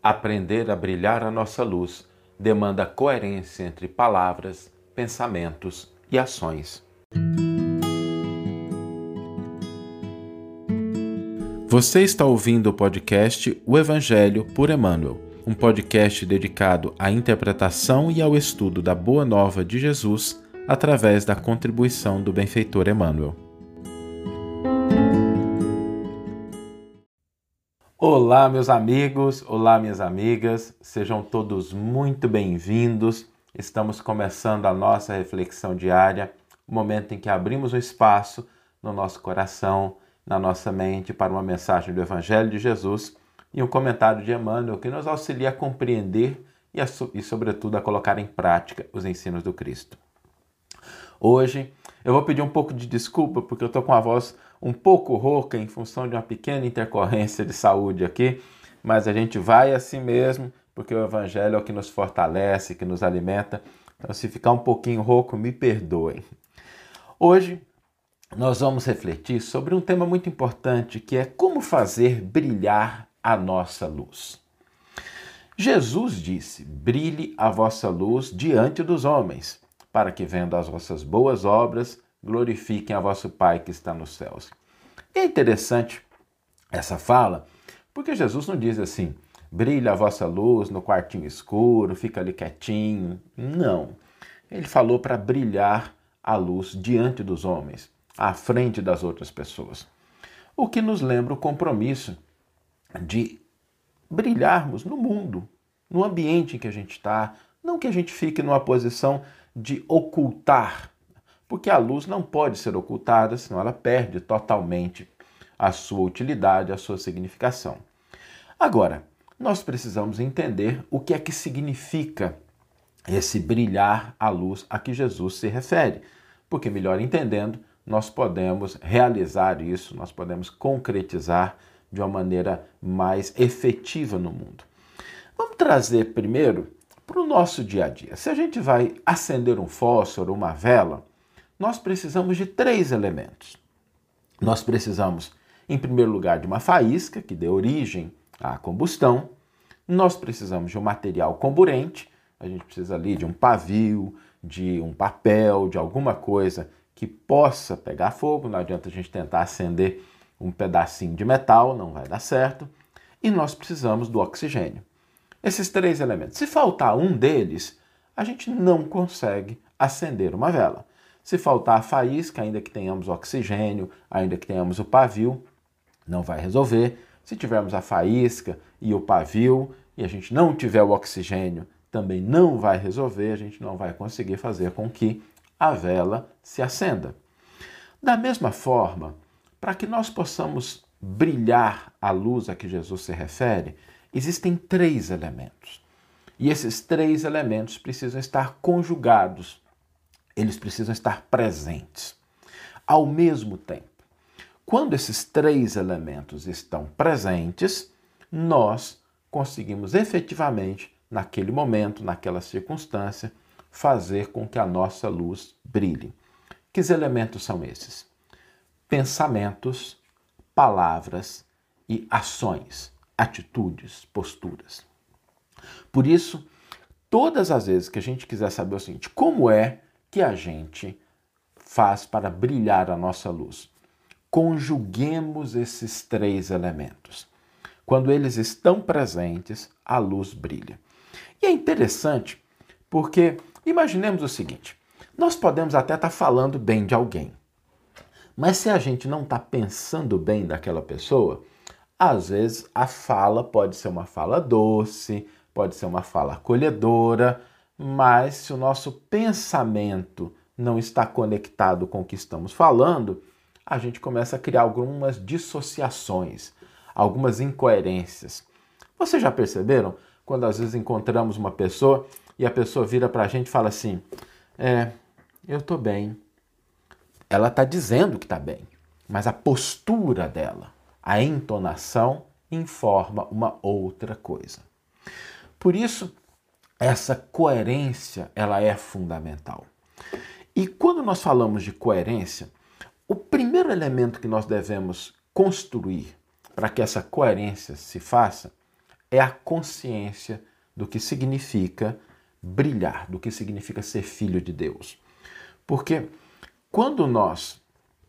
Aprender a brilhar a nossa luz demanda coerência entre palavras, pensamentos e ações. Você está ouvindo o podcast O Evangelho por Emmanuel, um podcast dedicado à interpretação e ao estudo da Boa Nova de Jesus através da contribuição do benfeitor Emmanuel. Olá, meus amigos, olá, minhas amigas, sejam todos muito bem-vindos. Estamos começando a nossa reflexão diária, o momento em que abrimos um espaço no nosso coração, na nossa mente, para uma mensagem do Evangelho de Jesus e um comentário de Emmanuel que nos auxilia a compreender e, sobretudo, a colocar em prática os ensinos do Cristo. Hoje eu vou pedir um pouco de desculpa porque eu estou com a voz um pouco rouca em função de uma pequena intercorrência de saúde aqui, mas a gente vai assim mesmo porque o Evangelho é o que nos fortalece, que nos alimenta. Então, se ficar um pouquinho rouco, me perdoem. Hoje nós vamos refletir sobre um tema muito importante que é como fazer brilhar a nossa luz. Jesus disse: brilhe a vossa luz diante dos homens, para que, vendo as vossas boas obras, glorifiquem a vosso Pai que está nos céus. É interessante essa fala, porque Jesus não diz assim, brilha a vossa luz no quartinho escuro, fica ali quietinho. Não. Ele falou para brilhar a luz diante dos homens, à frente das outras pessoas. O que nos lembra o compromisso de brilharmos no mundo, no ambiente em que a gente está, não que a gente fique numa posição de ocultar, porque a luz não pode ser ocultada, senão ela perde totalmente a sua utilidade, a sua significação. Agora, nós precisamos entender o que é que significa esse brilhar a luz a que Jesus se refere, porque melhor entendendo, nós podemos realizar isso, nós podemos concretizar de uma maneira mais efetiva no mundo. Vamos trazer primeiro para o nosso dia a dia. Se a gente vai acender um fósforo, uma vela, nós precisamos de 3 elementos. Nós precisamos, em primeiro lugar, de uma faísca, que dê origem à combustão. Nós precisamos de um material comburente. A gente precisa ali de um pavio, de um papel, de alguma coisa que possa pegar fogo. Não adianta a gente tentar acender um pedacinho de metal, não vai dar certo. E nós precisamos do oxigênio. Esses 3 elementos. Se faltar um deles, a gente não consegue acender uma vela. Se faltar a faísca, ainda que tenhamos oxigênio, ainda que tenhamos o pavio, não vai resolver. Se tivermos a faísca e o pavio e a gente não tiver o oxigênio, também não vai resolver, a gente não vai conseguir fazer com que a vela se acenda. Da mesma forma, para que nós possamos brilhar a luz a que Jesus se refere, existem 3 elementos. E esses 3 elementos precisam estar conjugados. Eles precisam estar presentes ao mesmo tempo. Quando esses 3 elementos estão presentes, nós conseguimos efetivamente, naquele momento, naquela circunstância, fazer com que a nossa luz brilhe. Que elementos são esses? Pensamentos, palavras e ações, atitudes, posturas. Por isso, todas as vezes que a gente quiser saber o seguinte, como é que a gente faz para brilhar a nossa luz? Conjuguemos esses 3 elementos. Quando eles estão presentes, a luz brilha. E é interessante porque, imaginemos o seguinte, nós podemos até estar falando bem de alguém, mas se a gente não está pensando bem daquela pessoa, às vezes a fala pode ser uma fala doce, pode ser uma fala acolhedora, mas se o nosso pensamento não está conectado com o que estamos falando, a gente começa a criar algumas dissociações, algumas incoerências. Vocês já perceberam quando às vezes encontramos uma pessoa e a pessoa vira para a gente e fala assim, eu estou bem. Ela está dizendo que está bem, mas a postura dela, a entonação, informa uma outra coisa. Por isso, essa coerência ela é fundamental. E quando nós falamos de coerência, o primeiro elemento que nós devemos construir para que essa coerência se faça é a consciência do que significa brilhar, do que significa ser filho de Deus. Porque quando nós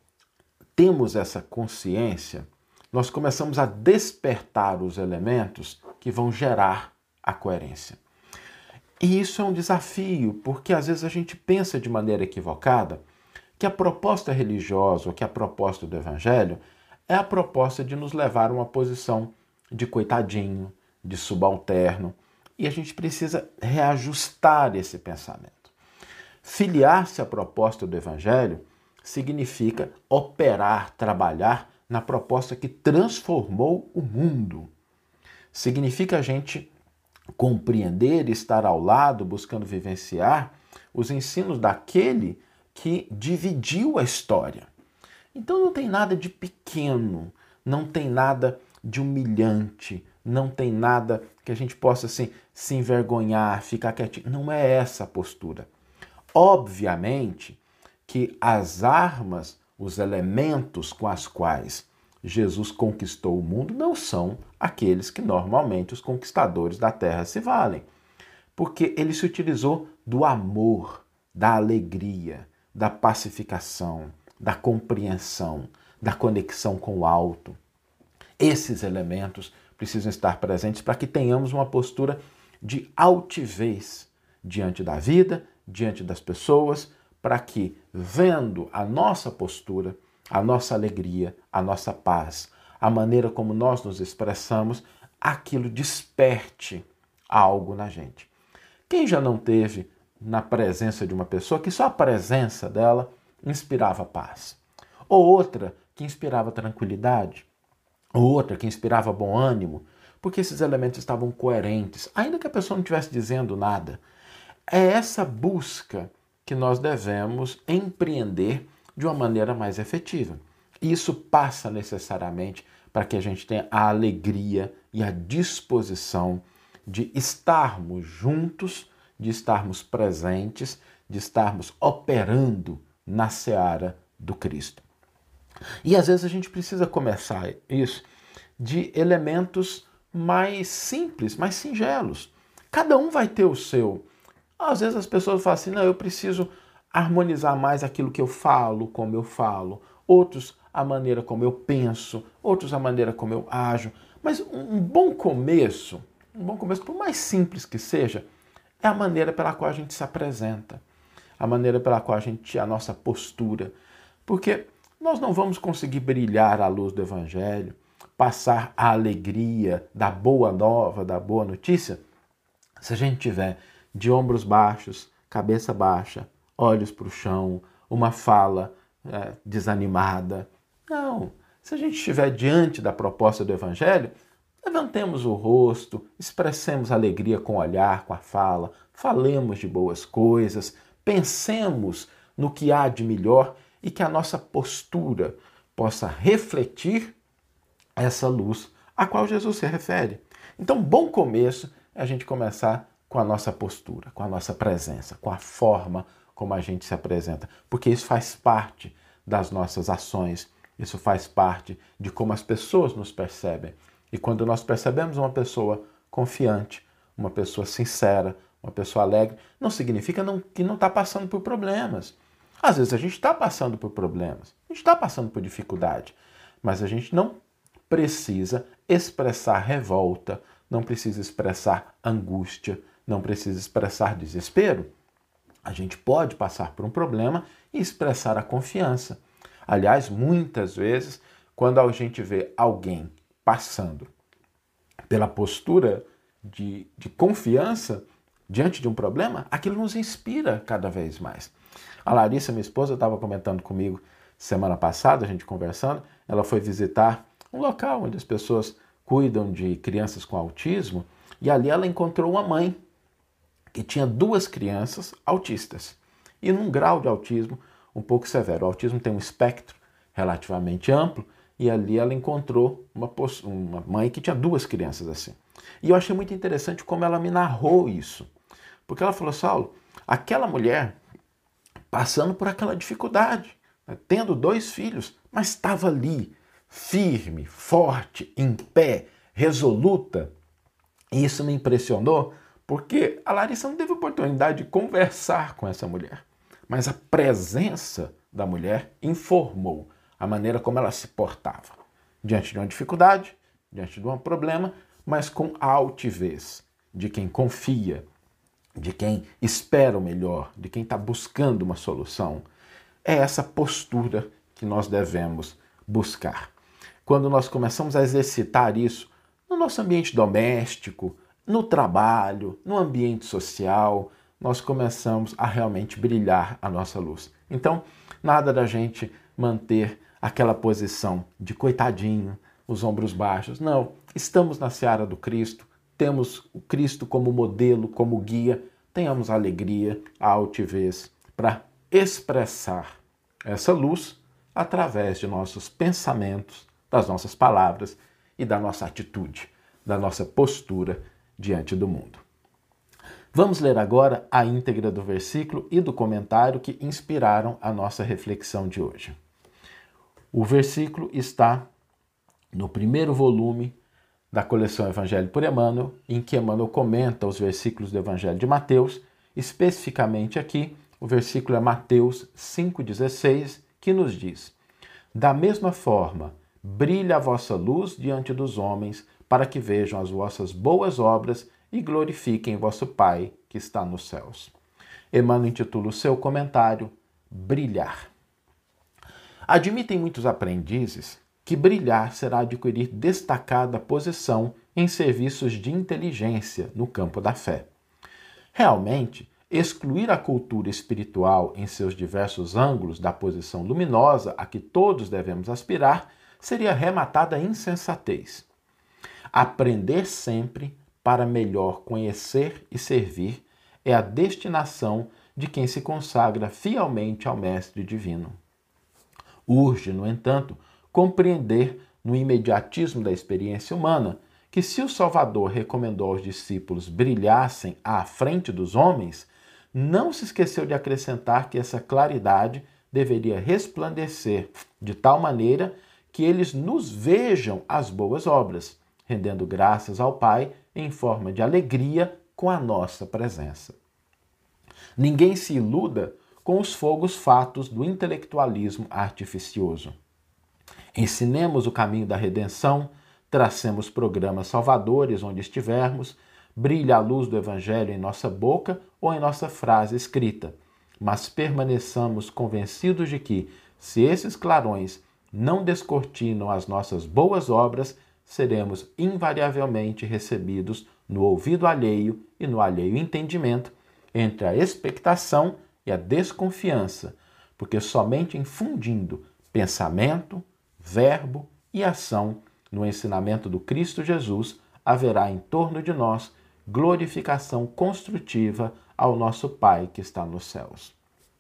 temos essa consciência, nós começamos a despertar os elementos que vão gerar a coerência. E isso é um desafio, porque às vezes a gente pensa de maneira equivocada que a proposta religiosa ou que a proposta do Evangelho é a proposta de nos levar a uma posição de coitadinho, de subalterno, e a gente precisa reajustar esse pensamento. Filiar-se à proposta do Evangelho significa operar, trabalhar na proposta que transformou o mundo. Significa a gente compreender e estar ao lado, buscando vivenciar os ensinos daquele que dividiu a história. Então não tem nada de pequeno, não tem nada de humilhante, não tem nada que a gente possa assim, se envergonhar, ficar quietinho. Não é essa a postura. Obviamente que as armas, os elementos com as quais Jesus conquistou o mundo não são aqueles que normalmente os conquistadores da terra se valem. Porque ele se utilizou do amor, da alegria, da pacificação, da compreensão, da conexão com o alto. Esses elementos precisam estar presentes para que tenhamos uma postura de altivez diante da vida, diante das pessoas, para que, vendo a nossa postura, a nossa alegria, a nossa paz, a maneira como nós nos expressamos, aquilo desperte algo na gente. Quem já não teve na presença de uma pessoa que só a presença dela inspirava paz? Ou outra que inspirava tranquilidade? Ou outra que inspirava bom ânimo? Porque esses elementos estavam coerentes, ainda que a pessoa não estivesse dizendo nada. É essa busca que nós devemos empreender de uma maneira mais efetiva. E isso passa necessariamente para que a gente tenha a alegria e a disposição de estarmos juntos, de estarmos presentes, de estarmos operando na seara do Cristo. E às vezes a gente precisa começar isso de elementos mais simples, mais singelos. Cada um vai ter o seu. Às vezes as pessoas falam assim, não, eu preciso harmonizar mais aquilo que eu falo, como eu falo. Outros, a maneira como eu penso. Outros, a maneira como eu ajo. Mas um bom começo, por mais simples que seja, é a maneira pela qual a gente se apresenta. A maneira pela qual a nossa postura. Porque nós não vamos conseguir brilhar à luz do Evangelho, passar a alegria da boa nova, da boa notícia, se a gente tiver de ombros baixos, cabeça baixa, olhos para o chão, uma fala desanimada. Não. Se a gente estiver diante da proposta do Evangelho, levantemos o rosto, expressemos alegria com o olhar, com a fala, falemos de boas coisas, pensemos no que há de melhor e que a nossa postura possa refletir essa luz a qual Jesus se refere. Então, bom começo é a gente começar com a nossa postura, com a nossa presença, com a forma como a gente se apresenta, porque isso faz parte das nossas ações, isso faz parte de como as pessoas nos percebem. E quando nós percebemos uma pessoa confiante, uma pessoa sincera, uma pessoa alegre, não significa que não está passando por problemas. Às vezes a gente está passando por problemas, a gente está passando por dificuldade, mas a gente não precisa expressar revolta, não precisa expressar angústia, não precisa expressar desespero. A gente pode passar por um problema e expressar a confiança. Aliás, muitas vezes, quando a gente vê alguém passando pela postura de confiança diante de um problema, aquilo nos inspira cada vez mais. A Larissa, minha esposa, estava comentando comigo semana passada, a gente conversando, ela foi visitar um local onde as pessoas cuidam de crianças com autismo e ali ela encontrou uma mãe que tinha 2 crianças autistas e num grau de autismo um pouco severo. O autismo tem um espectro relativamente amplo e ali ela encontrou uma mãe que tinha 2 crianças assim. E eu achei muito interessante como ela me narrou isso. Porque ela falou, Saulo, aquela mulher passando por aquela dificuldade, né, tendo 2 filhos, mas estava ali, firme, forte, em pé, resoluta, E isso me impressionou porque a Larissa não teve oportunidade de conversar com essa mulher. Mas a presença da mulher informou a maneira como ela se portava. Diante de uma dificuldade, diante de um problema, mas com a altivez de quem confia, de quem espera o melhor, de quem está buscando uma solução. É essa postura que nós devemos buscar. Quando nós começamos a exercitar isso no nosso ambiente doméstico, no trabalho, no ambiente social, nós começamos a realmente brilhar a nossa luz. Então, nada da gente manter aquela posição de coitadinho, os ombros baixos. Não, estamos na seara do Cristo, temos o Cristo como modelo, como guia, tenhamos a alegria, a altivez para expressar essa luz através de nossos pensamentos, das nossas palavras e da nossa atitude, da nossa postura diante do mundo. Vamos ler agora a íntegra do versículo e do comentário que inspiraram a nossa reflexão de hoje. O versículo está no primeiro volume da coleção Evangelho por Emmanuel, em que Emmanuel comenta os versículos do Evangelho de Mateus, especificamente aqui, o versículo é Mateus 5,16, que nos diz: Da mesma forma, brilha a vossa luz diante dos homens, para que vejam as vossas boas obras e glorifiquem vosso Pai que está nos céus. Emmanuel intitula o seu comentário Brilhar. Admitem muitos aprendizes que brilhar será adquirir destacada posição em serviços de inteligência no campo da fé. Realmente, excluir a cultura espiritual em seus diversos ângulos da posição luminosa a que todos devemos aspirar seria rematada insensatez. Aprender sempre para melhor conhecer e servir é a destinação de quem se consagra fielmente ao Mestre Divino. Urge, no entanto, compreender no imediatismo da experiência humana que se o Salvador recomendou aos discípulos brilhassem à frente dos homens, não se esqueceu de acrescentar que essa claridade deveria resplandecer de tal maneira que eles nos vejam as boas obras, rendendo graças ao Pai em forma de alegria com a nossa presença. Ninguém se iluda com os fogos fatos do intelectualismo artificioso. Ensinemos o caminho da redenção, tracemos programas salvadores onde estivermos, brilhe a luz do Evangelho em nossa boca ou em nossa frase escrita, mas permaneçamos convencidos de que, se esses clarões não descortinam as nossas boas obras, seremos invariavelmente recebidos no ouvido alheio e no alheio entendimento, entre a expectação e a desconfiança, porque somente infundindo pensamento, verbo e ação no ensinamento do Cristo Jesus haverá em torno de nós glorificação construtiva ao nosso Pai que está nos céus.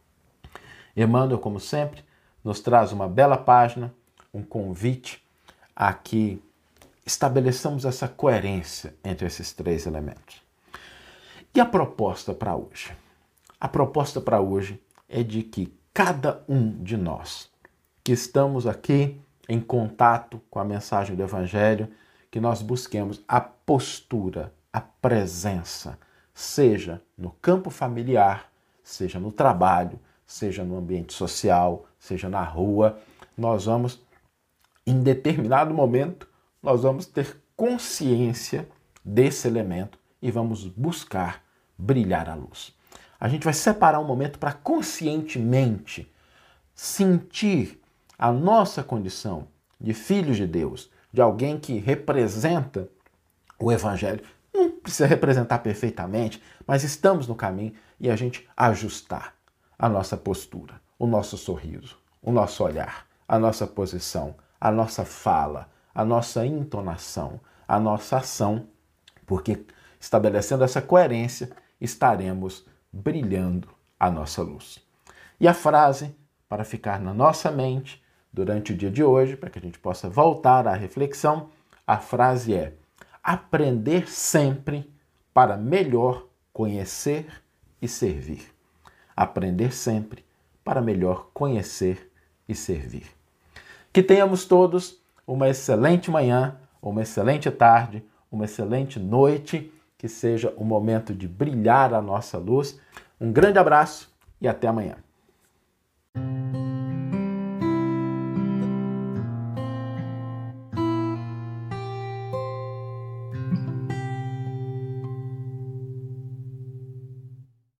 Emmanuel, como sempre, nos traz uma bela página, um convite a que estabeleçamos essa coerência entre esses três elementos. E a proposta para hoje? A proposta para hoje é de que cada um de nós que estamos aqui em contato com a mensagem do Evangelho, que nós busquemos a postura, a presença, seja no campo familiar, seja no trabalho, seja no ambiente social, seja na rua. Nós vamos, em determinado momento, nós vamos ter consciência desse elemento e vamos buscar brilhar a luz. A gente vai separar um momento para conscientemente sentir a nossa condição de filhos de Deus, de alguém que representa o Evangelho. Não precisa representar perfeitamente, mas estamos no caminho e a gente ajustar a nossa postura, o nosso sorriso, o nosso olhar, a nossa posição, a nossa fala, a nossa entonação, a nossa ação, porque estabelecendo essa coerência, estaremos brilhando a nossa luz. E a frase, para ficar na nossa mente durante o dia de hoje, para que a gente possa voltar à reflexão, a frase é: aprender sempre para melhor conhecer e servir. Aprender sempre para melhor conhecer e servir. Que tenhamos todos uma excelente manhã, uma excelente tarde, uma excelente noite, que seja um momento de brilhar a nossa luz. Um grande abraço e até amanhã.